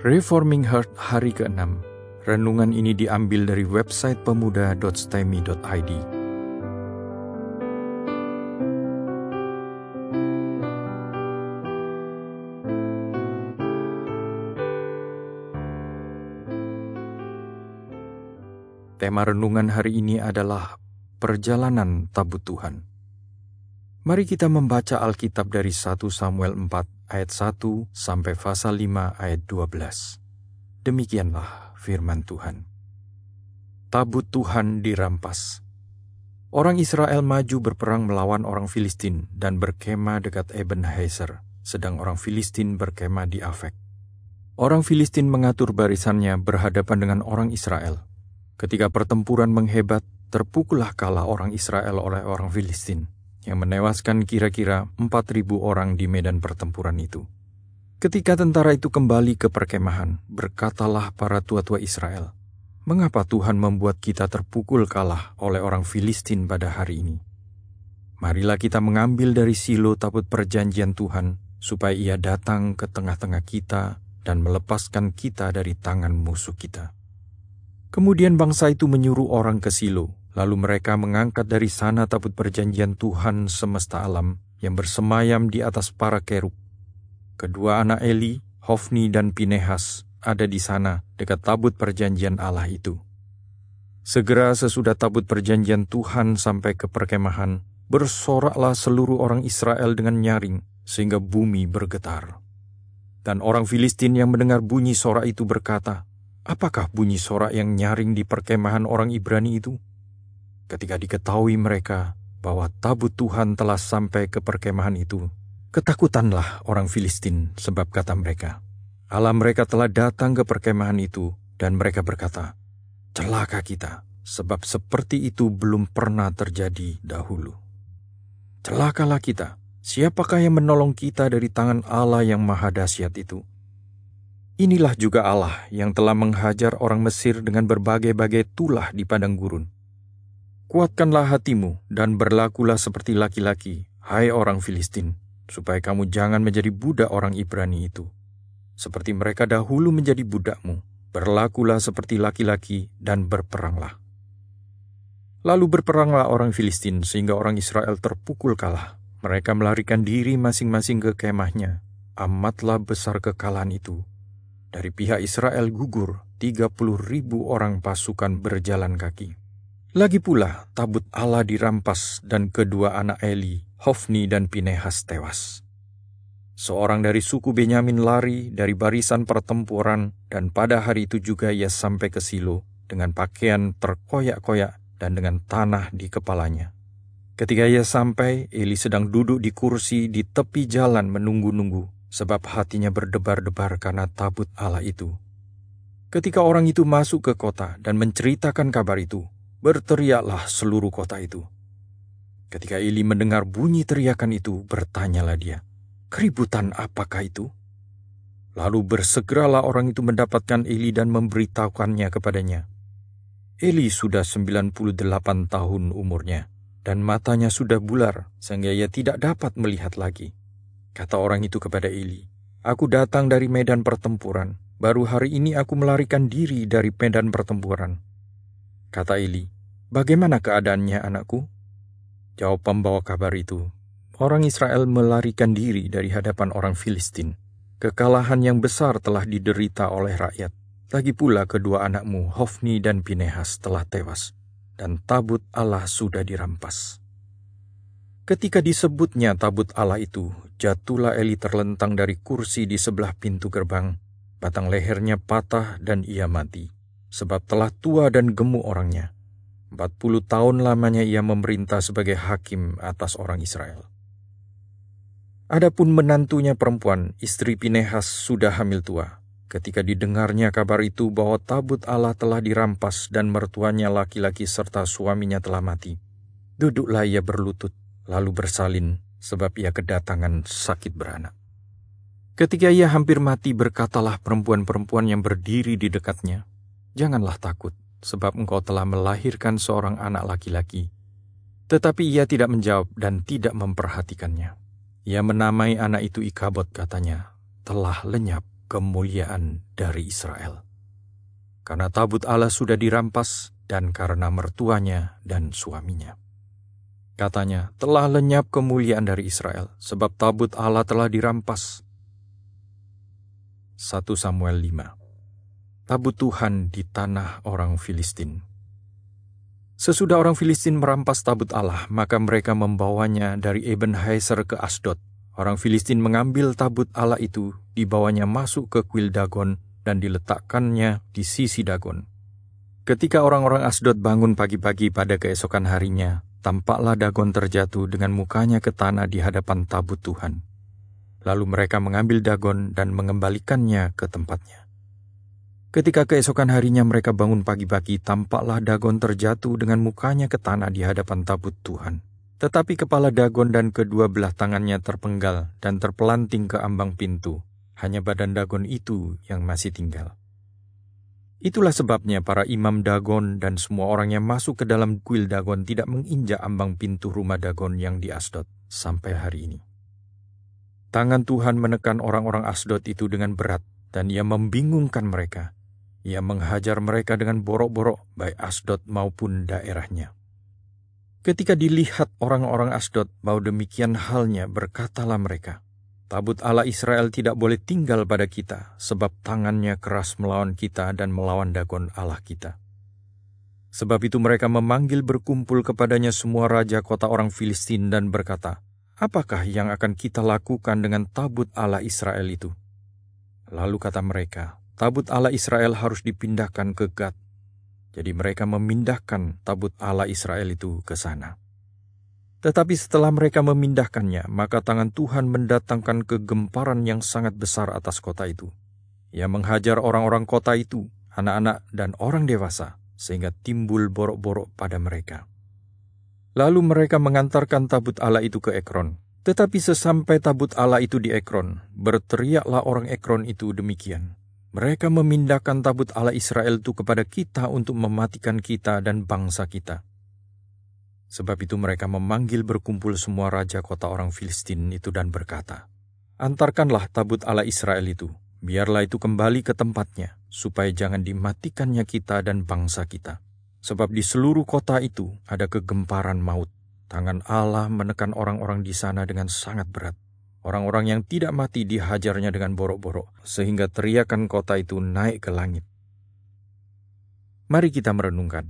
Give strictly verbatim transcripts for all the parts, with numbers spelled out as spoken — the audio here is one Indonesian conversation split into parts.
Reforming Heart hari keenam. Renungan ini diambil dari website pemuda dot stemi dot i d. Tema renungan hari ini adalah Perjalanan Tabut Tuhan. Mari kita membaca Alkitab dari satu Samuel empat ayat satu sampai pasal lima ayat dua belas. Demikianlah firman Tuhan. Tabut Tuhan dirampas. Orang Israel maju berperang melawan orang Filistin dan berkemah dekat Ebenezer, sedang orang Filistin berkemah di Afek. Orang Filistin mengatur barisannya berhadapan dengan orang Israel. Ketika pertempuran menghebat, terpukullah kalah orang Israel oleh orang Filistin, yang menewaskan kira-kira empat ribu orang di medan pertempuran itu. Ketika tentara itu kembali ke perkemahan, berkatalah para tua-tua Israel, "Mengapa Tuhan membuat kita terpukul kalah oleh orang Filistin pada hari ini? Marilah kita mengambil dari Silo tabut perjanjian Tuhan, supaya ia datang ke tengah-tengah kita dan melepaskan kita dari tangan musuh kita." Kemudian bangsa itu menyuruh orang ke Silo, lalu mereka mengangkat dari sana tabut perjanjian Tuhan semesta alam yang bersemayam di atas para kerub. Kedua anak Eli, Hofni dan Pinehas, ada di sana dekat tabut perjanjian Allah itu. Segera sesudah tabut perjanjian Tuhan sampai ke perkemahan, bersoraklah seluruh orang Israel dengan nyaring, sehingga bumi bergetar. Dan orang Filistin yang mendengar bunyi sorak itu berkata, "Apakah bunyi sorak yang nyaring di perkemahan orang Ibrani itu?" Ketika diketahui mereka bahwa tabut Tuhan telah sampai ke perkemahan itu, ketakutanlah orang Filistin, sebab kata mereka, Allah mereka telah datang ke perkemahan itu, dan mereka berkata, "Celaka kita, sebab seperti itu belum pernah terjadi dahulu. Celakalah kita, siapakah yang menolong kita dari tangan Allah yang maha dahsyat itu? Inilah juga Allah yang telah menghajar orang Mesir dengan berbagai-bagai tulah di padang gurun. Kuatkanlah hatimu dan berlakulah seperti laki-laki, hai orang Filistin, supaya kamu jangan menjadi budak orang Ibrani itu. Seperti mereka dahulu menjadi budakmu, berlakulah seperti laki-laki dan berperanglah." Lalu berperanglah orang Filistin sehingga orang Israel terpukul kalah. Mereka melarikan diri masing-masing ke kemahnya. Amatlah besar kekalahan itu. Dari pihak Israel gugur tiga puluh ribu orang pasukan berjalan kaki. Lagi pula tabut Allah dirampas dan kedua anak Eli, Hofni dan Pinehas tewas. Seorang dari suku Benyamin lari dari barisan pertempuran dan pada hari itu juga ia sampai ke Silo dengan pakaian terkoyak-koyak dan dengan tanah di kepalanya. Ketika ia sampai, Eli sedang duduk di kursi di tepi jalan menunggu-nunggu, sebab hatinya berdebar-debar karena tabut Allah itu. Ketika orang itu masuk ke kota dan menceritakan kabar itu, berteriaklah seluruh kota itu. Ketika Eli mendengar bunyi teriakan itu, bertanyalah dia, "Keributan apakah itu?" Lalu bersegeralah orang itu mendapatkan Eli dan memberitahukannya kepadanya. Eli sudah sembilan puluh delapan tahun umurnya, dan matanya sudah bular, sehingga ia tidak dapat melihat lagi. Kata orang itu kepada Eli, "Aku datang dari medan pertempuran. Baru hari ini aku melarikan diri dari medan pertempuran." Kata Eli, "Bagaimana keadaannya, anakku?" Jawab pembawa kabar itu, "Orang Israel melarikan diri dari hadapan orang Filistin. Kekalahan yang besar telah diderita oleh rakyat. Lagi pula kedua anakmu, Hofni dan Pinehas, telah tewas, dan tabut Allah sudah dirampas." Ketika disebutnya tabut Allah itu, jatuhlah Eli terlentang dari kursi di sebelah pintu gerbang. Batang lehernya patah dan ia mati, sebab telah tua dan gemuk orangnya. Empat puluh tahun lamanya ia memerintah sebagai hakim atas orang Israel. Adapun menantunya perempuan, istri Pinehas, sudah hamil tua. Ketika didengarnya kabar itu bahwa tabut Allah telah dirampas dan mertuanya laki-laki serta suaminya telah mati, duduklah ia berlutut, lalu bersalin, sebab ia kedatangan sakit beranak. Ketika ia hampir mati, berkatalah perempuan-perempuan yang berdiri di dekatnya, "Janganlah takut, sebab engkau telah melahirkan seorang anak laki-laki." Tetapi ia tidak menjawab dan tidak memperhatikannya. Ia menamai anak itu Ikabod, katanya, "Telah lenyap kemuliaan dari Israel. Karena tabut Allah sudah dirampas dan karena mertuanya dan suaminya. Katanya, telah lenyap kemuliaan dari Israel, sebab tabut Allah telah dirampas. satu Samuel lima. Tabut Tuhan di tanah orang Filistin. Sesudah orang Filistin merampas tabut Allah, maka mereka membawanya dari Ebenhaser ke Asdod. Orang Filistin mengambil tabut Allah itu, dibawanya masuk ke kuil Dagon, dan diletakkannya di sisi Dagon. Ketika orang-orang Asdod bangun pagi-pagi pada keesokan harinya, tampaklah Dagon terjatuh dengan mukanya ke tanah di hadapan tabut Tuhan. Lalu mereka mengambil Dagon dan mengembalikannya ke tempatnya. Ketika keesokan harinya mereka bangun pagi-pagi, tampaklah Dagon terjatuh dengan mukanya ke tanah di hadapan tabut Tuhan. Tetapi kepala Dagon dan kedua belah tangannya terpenggal dan terpelanting ke ambang pintu. Hanya badan Dagon itu yang masih tinggal. Itulah sebabnya para imam Dagon dan semua orang yang masuk ke dalam kuil Dagon tidak menginjak ambang pintu rumah Dagon yang di Asdod sampai hari ini. Tangan Tuhan menekan orang-orang Asdod itu dengan berat, dan ia membingungkan mereka. Ia menghajar mereka dengan borok-borok, baik Asdod maupun daerahnya. Ketika dilihat orang-orang Asdod bahwa demikian halnya, berkatalah mereka, tabut Allah Israel tidak boleh tinggal pada kita, sebab tangannya keras melawan kita dan melawan Dagon Allah kita. Sebab itu mereka memanggil berkumpul kepadanya semua raja kota orang Filistin dan berkata, apakah yang akan kita lakukan dengan tabut Allah Israel itu? Lalu kata mereka, tabut Allah Israel harus dipindahkan ke Gad. Jadi mereka memindahkan tabut Allah Israel itu ke sana. Tetapi setelah mereka memindahkannya, maka tangan Tuhan mendatangkan kegemparan yang sangat besar atas kota itu. Ia menghajar orang-orang kota itu, anak-anak dan orang dewasa, sehingga timbul borok-borok pada mereka. Lalu mereka mengantarkan tabut Allah itu ke Ekron. Tetapi sesampai tabut Allah itu di Ekron, berteriaklah orang Ekron itu demikian. Mereka memindahkan tabut Allah Israel itu kepada kita untuk mematikan kita dan bangsa kita. Sebab itu mereka memanggil berkumpul semua raja kota orang Filistin itu dan berkata, antarkanlah tabut Allah Israel itu, biarlah itu kembali ke tempatnya, supaya jangan dimatikannya kita dan bangsa kita. Sebab di seluruh kota itu ada kegemparan maut. Tangan Allah menekan orang-orang di sana dengan sangat berat. Orang-orang yang tidak mati dihajarnya dengan borok-borok, sehingga teriakan kota itu naik ke langit. Mari kita merenungkan.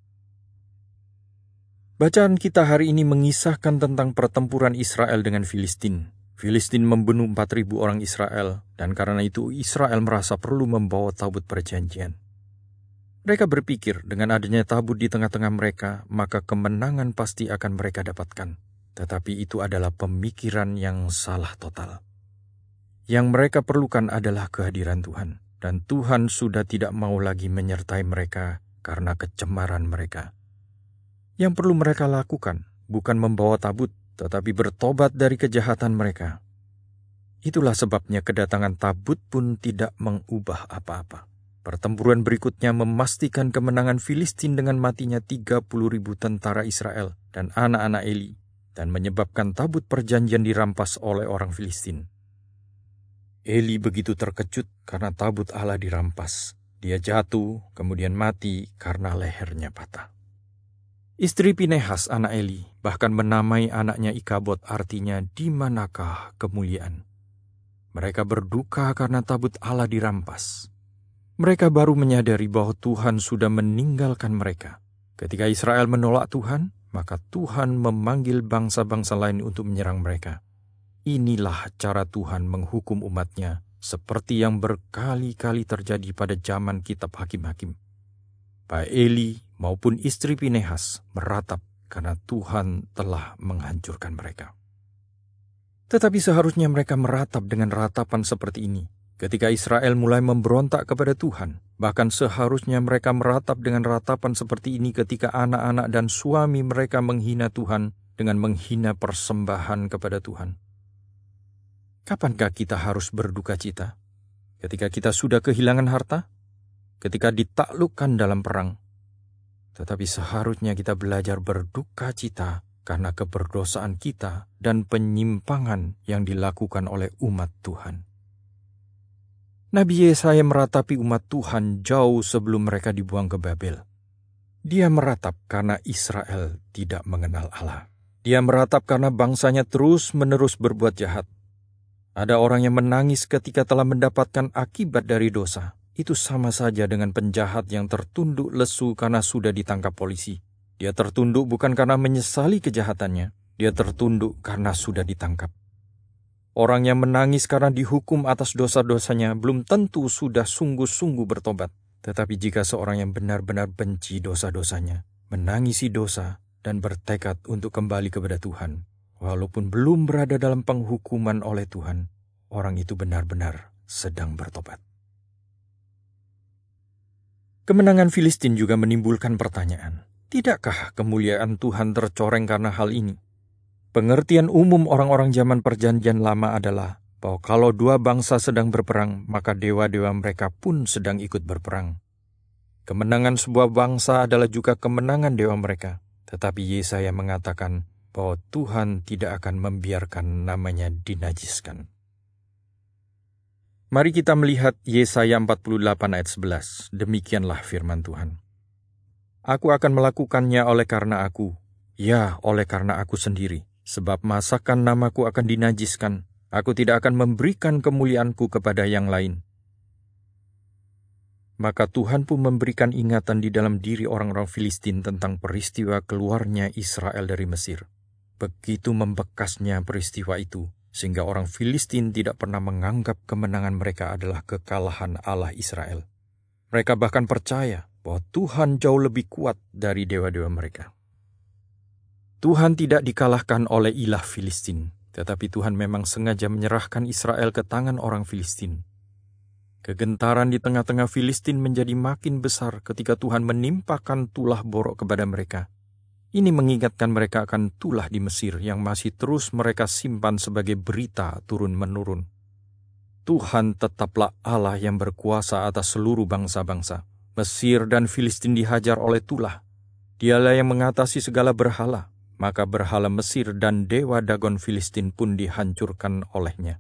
Bacaan kita hari ini mengisahkan tentang pertempuran Israel dengan Filistin. Filistin membunuh empat ribu orang Israel, dan karena itu Israel merasa perlu membawa tabut perjanjian. Mereka berpikir dengan adanya tabut di tengah-tengah mereka, maka kemenangan pasti akan mereka dapatkan. Tetapi itu adalah pemikiran yang salah total. Yang mereka perlukan adalah kehadiran Tuhan, dan Tuhan sudah tidak mau lagi menyertai mereka karena kecemaran mereka. Yang perlu mereka lakukan bukan membawa tabut, tetapi bertobat dari kejahatan mereka. Itulah sebabnya kedatangan tabut pun tidak mengubah apa-apa. Pertempuran berikutnya memastikan kemenangan Filistin dengan matinya tiga puluh ribu tentara Israel dan anak-anak Eli, dan menyebabkan tabut perjanjian dirampas oleh orang Filistin. Eli begitu terkejut karena tabut Allah dirampas. Dia jatuh, kemudian mati karena lehernya patah. Istri Pinehas, anak Eli, bahkan menamai anaknya Ikabod, artinya di manakah kemuliaan. Mereka berduka karena tabut Allah dirampas. Mereka baru menyadari bahwa Tuhan sudah meninggalkan mereka. Ketika Israel menolak Tuhan, maka Tuhan memanggil bangsa-bangsa lain untuk menyerang mereka. Inilah cara Tuhan menghukum umatnya, seperti yang berkali-kali terjadi pada zaman kitab Hakim-Hakim. Baik Eli maupun istri Pinehas meratap karena Tuhan telah menghancurkan mereka. Tetapi seharusnya mereka meratap dengan ratapan seperti ini. Ketika Israel mulai memberontak kepada Tuhan, bahkan seharusnya mereka meratap dengan ratapan seperti ini ketika anak-anak dan suami mereka menghina Tuhan dengan menghina persembahan kepada Tuhan. Kapankah kita harus berduka cita? Ketika kita sudah kehilangan harta? Ketika ditaklukkan dalam perang? Tetapi seharusnya kita belajar berduka cita karena keberdosaan kita dan penyimpangan yang dilakukan oleh umat Tuhan. Nabi Yesaya meratapi umat Tuhan jauh sebelum mereka dibuang ke Babel. Dia meratap karena Israel tidak mengenal Allah. Dia meratap karena bangsanya terus-menerus berbuat jahat. Ada orang yang menangis ketika telah mendapatkan akibat dari dosa. Itu sama saja dengan penjahat yang tertunduk lesu karena sudah ditangkap polisi. Dia tertunduk bukan karena menyesali kejahatannya. Dia tertunduk karena sudah ditangkap. Orang yang menangis karena dihukum atas dosa-dosanya belum tentu sudah sungguh-sungguh bertobat. Tetapi jika seorang yang benar-benar benci dosa-dosanya, menangisi dosa, dan bertekad untuk kembali kepada Tuhan, walaupun belum berada dalam penghukuman oleh Tuhan, orang itu benar-benar sedang bertobat. Kemenangan Filistin juga menimbulkan pertanyaan, tidakkah kemuliaan Tuhan tercoreng karena hal ini? Pengertian umum orang-orang zaman Perjanjian Lama adalah bahwa kalau dua bangsa sedang berperang, maka dewa-dewa mereka pun sedang ikut berperang. Kemenangan sebuah bangsa adalah juga kemenangan dewa mereka. Tetapi Yesaya mengatakan bahwa Tuhan tidak akan membiarkan namanya dinajiskan. Mari kita melihat Yesaya empat puluh delapan ayat sebelas. Demikianlah firman Tuhan. Aku akan melakukannya oleh karena aku, ya oleh karena aku sendiri. Sebab masakan namaku akan dinajiskan, aku tidak akan memberikan kemuliaanku kepada yang lain. Maka Tuhan pun memberikan ingatan di dalam diri orang-orang Filistin tentang peristiwa keluarnya Israel dari Mesir. Begitu membekasnya peristiwa itu, sehingga orang Filistin tidak pernah menganggap kemenangan mereka adalah kekalahan Allah Israel. Mereka bahkan percaya bahwa Tuhan jauh lebih kuat dari dewa-dewa mereka. Tuhan tidak dikalahkan oleh ilah Filistin, tetapi Tuhan memang sengaja menyerahkan Israel ke tangan orang Filistin. Kegentaran di tengah-tengah Filistin menjadi makin besar ketika Tuhan menimpakan tulah borok kepada mereka. Ini mengingatkan mereka akan tulah di Mesir yang masih terus mereka simpan sebagai berita turun-menurun. Tuhan tetaplah Allah yang berkuasa atas seluruh bangsa-bangsa. Mesir dan Filistin dihajar oleh tulah. Dialah yang mengatasi segala berhala. Maka berhala Mesir dan dewa Dagon Filistin pun dihancurkan olehnya.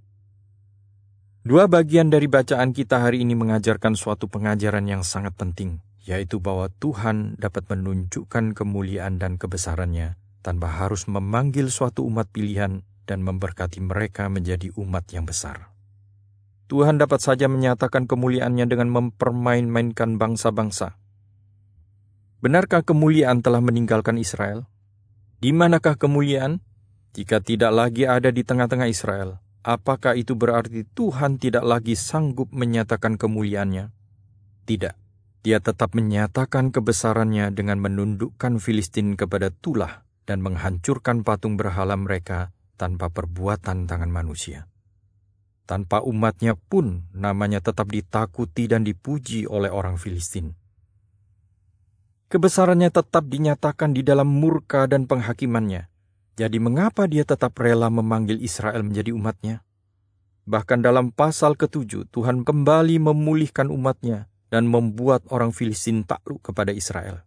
Dua bagian dari bacaan kita hari ini mengajarkan suatu pengajaran yang sangat penting, yaitu bahwa Tuhan dapat menunjukkan kemuliaan dan kebesarannya tanpa harus memanggil suatu umat pilihan dan memberkati mereka menjadi umat yang besar. Tuhan dapat saja menyatakan kemuliaannya dengan mempermain-mainkan bangsa-bangsa. Benarkah kemuliaan telah meninggalkan Israel? Di manakah kemuliaan? Jika tidak lagi ada di tengah-tengah Israel, apakah itu berarti Tuhan tidak lagi sanggup menyatakan kemuliaannya? Tidak. Dia tetap menyatakan kebesarannya dengan menundukkan Filistin kepada tulah dan menghancurkan patung berhala mereka tanpa perbuatan tangan manusia. Tanpa umatnya pun namanya tetap ditakuti dan dipuji oleh orang Filistin. Kebesarannya tetap dinyatakan di dalam murka dan penghakimannya. Jadi mengapa dia tetap rela memanggil Israel menjadi umatnya? Bahkan dalam pasal ketujuh, Tuhan kembali memulihkan umatnya dan membuat orang Filistin takluk kepada Israel.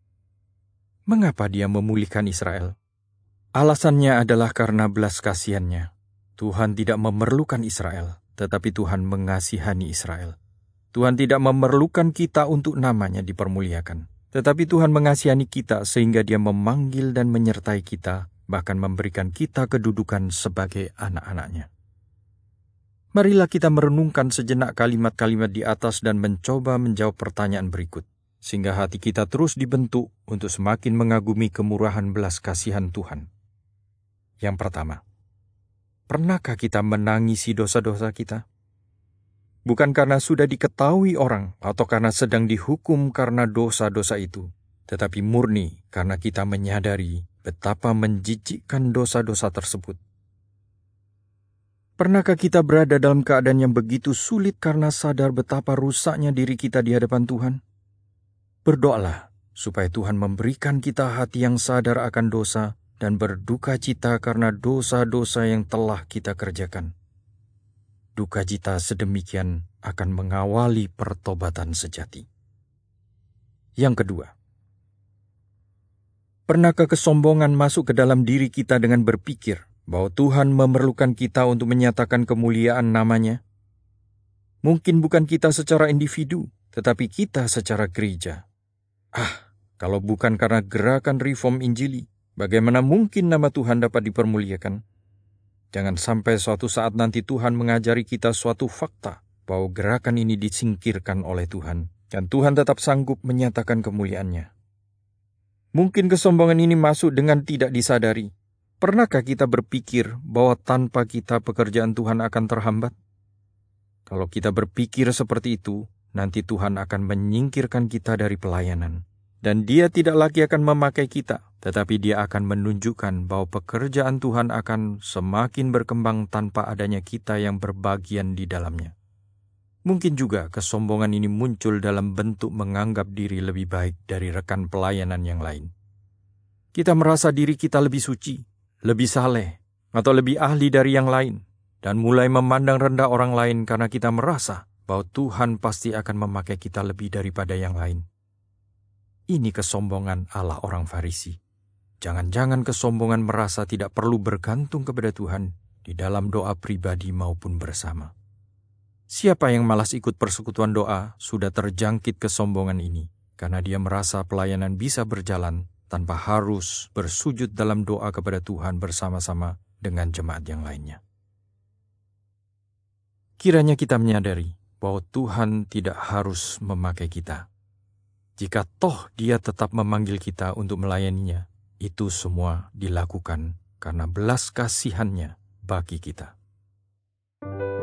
Mengapa dia memulihkan Israel? Alasannya adalah karena belas kasihannya. Tuhan tidak memerlukan Israel, tetapi Tuhan mengasihani Israel. Tuhan tidak memerlukan kita untuk namanya dipermuliakan. Tetapi Tuhan mengasihani kita sehingga Dia memanggil dan menyertai kita, bahkan memberikan kita kedudukan sebagai anak-anak-Nya. Marilah kita merenungkan sejenak kalimat-kalimat di atas dan mencoba menjawab pertanyaan berikut, sehingga hati kita terus dibentuk untuk semakin mengagumi kemurahan belas kasihan Tuhan. Yang pertama, pernahkah kita menangisi dosa-dosa kita? Bukan karena sudah diketahui orang atau karena sedang dihukum karena dosa-dosa itu, tetapi murni karena kita menyadari betapa menjijikkan dosa-dosa tersebut. Pernahkah kita berada dalam keadaan yang begitu sulit karena sadar betapa rusaknya diri kita di hadapan Tuhan? Berdoalah supaya Tuhan memberikan kita hati yang sadar akan dosa dan berduka cita karena dosa-dosa yang telah kita kerjakan. Duka cita sedemikian akan mengawali pertobatan sejati. Yang kedua, pernahkah kesombongan masuk ke dalam diri kita dengan berpikir bahwa Tuhan memerlukan kita untuk menyatakan kemuliaan namanya? Mungkin bukan kita secara individu, tetapi kita secara gereja. Ah, kalau bukan karena gerakan reform Injili, bagaimana mungkin nama Tuhan dapat dipermuliakan? Jangan sampai suatu saat nanti Tuhan mengajari kita suatu fakta bahwa gerakan ini disingkirkan oleh Tuhan, dan Tuhan tetap sanggup menyatakan kemuliaannya. Mungkin kesombongan ini masuk dengan tidak disadari. Pernahkah kita berpikir bahwa tanpa kita pekerjaan Tuhan akan terhambat? Kalau kita berpikir seperti itu, nanti Tuhan akan menyingkirkan kita dari pelayanan. Dan Dia tidak lagi akan memakai kita, tetapi Dia akan menunjukkan bahwa pekerjaan Tuhan akan semakin berkembang tanpa adanya kita yang berbagian di dalamnya. Mungkin juga kesombongan ini muncul dalam bentuk menganggap diri lebih baik dari rekan pelayanan yang lain. Kita merasa diri kita lebih suci, lebih saleh, atau lebih ahli dari yang lain, dan mulai memandang rendah orang lain karena kita merasa bahwa Tuhan pasti akan memakai kita lebih daripada yang lain. Ini kesombongan ala orang Farisi. Jangan-jangan kesombongan merasa tidak perlu bergantung kepada Tuhan di dalam doa pribadi maupun bersama. Siapa yang malas ikut persekutuan doa sudah terjangkit kesombongan ini, karena dia merasa pelayanan bisa berjalan tanpa harus bersujud dalam doa kepada Tuhan bersama-sama dengan jemaat yang lainnya. Kiranya kita menyadari bahwa Tuhan tidak harus memakai kita. Jika toh Dia tetap memanggil kita untuk melayaninya, itu semua dilakukan karena belas kasihan-Nya bagi kita.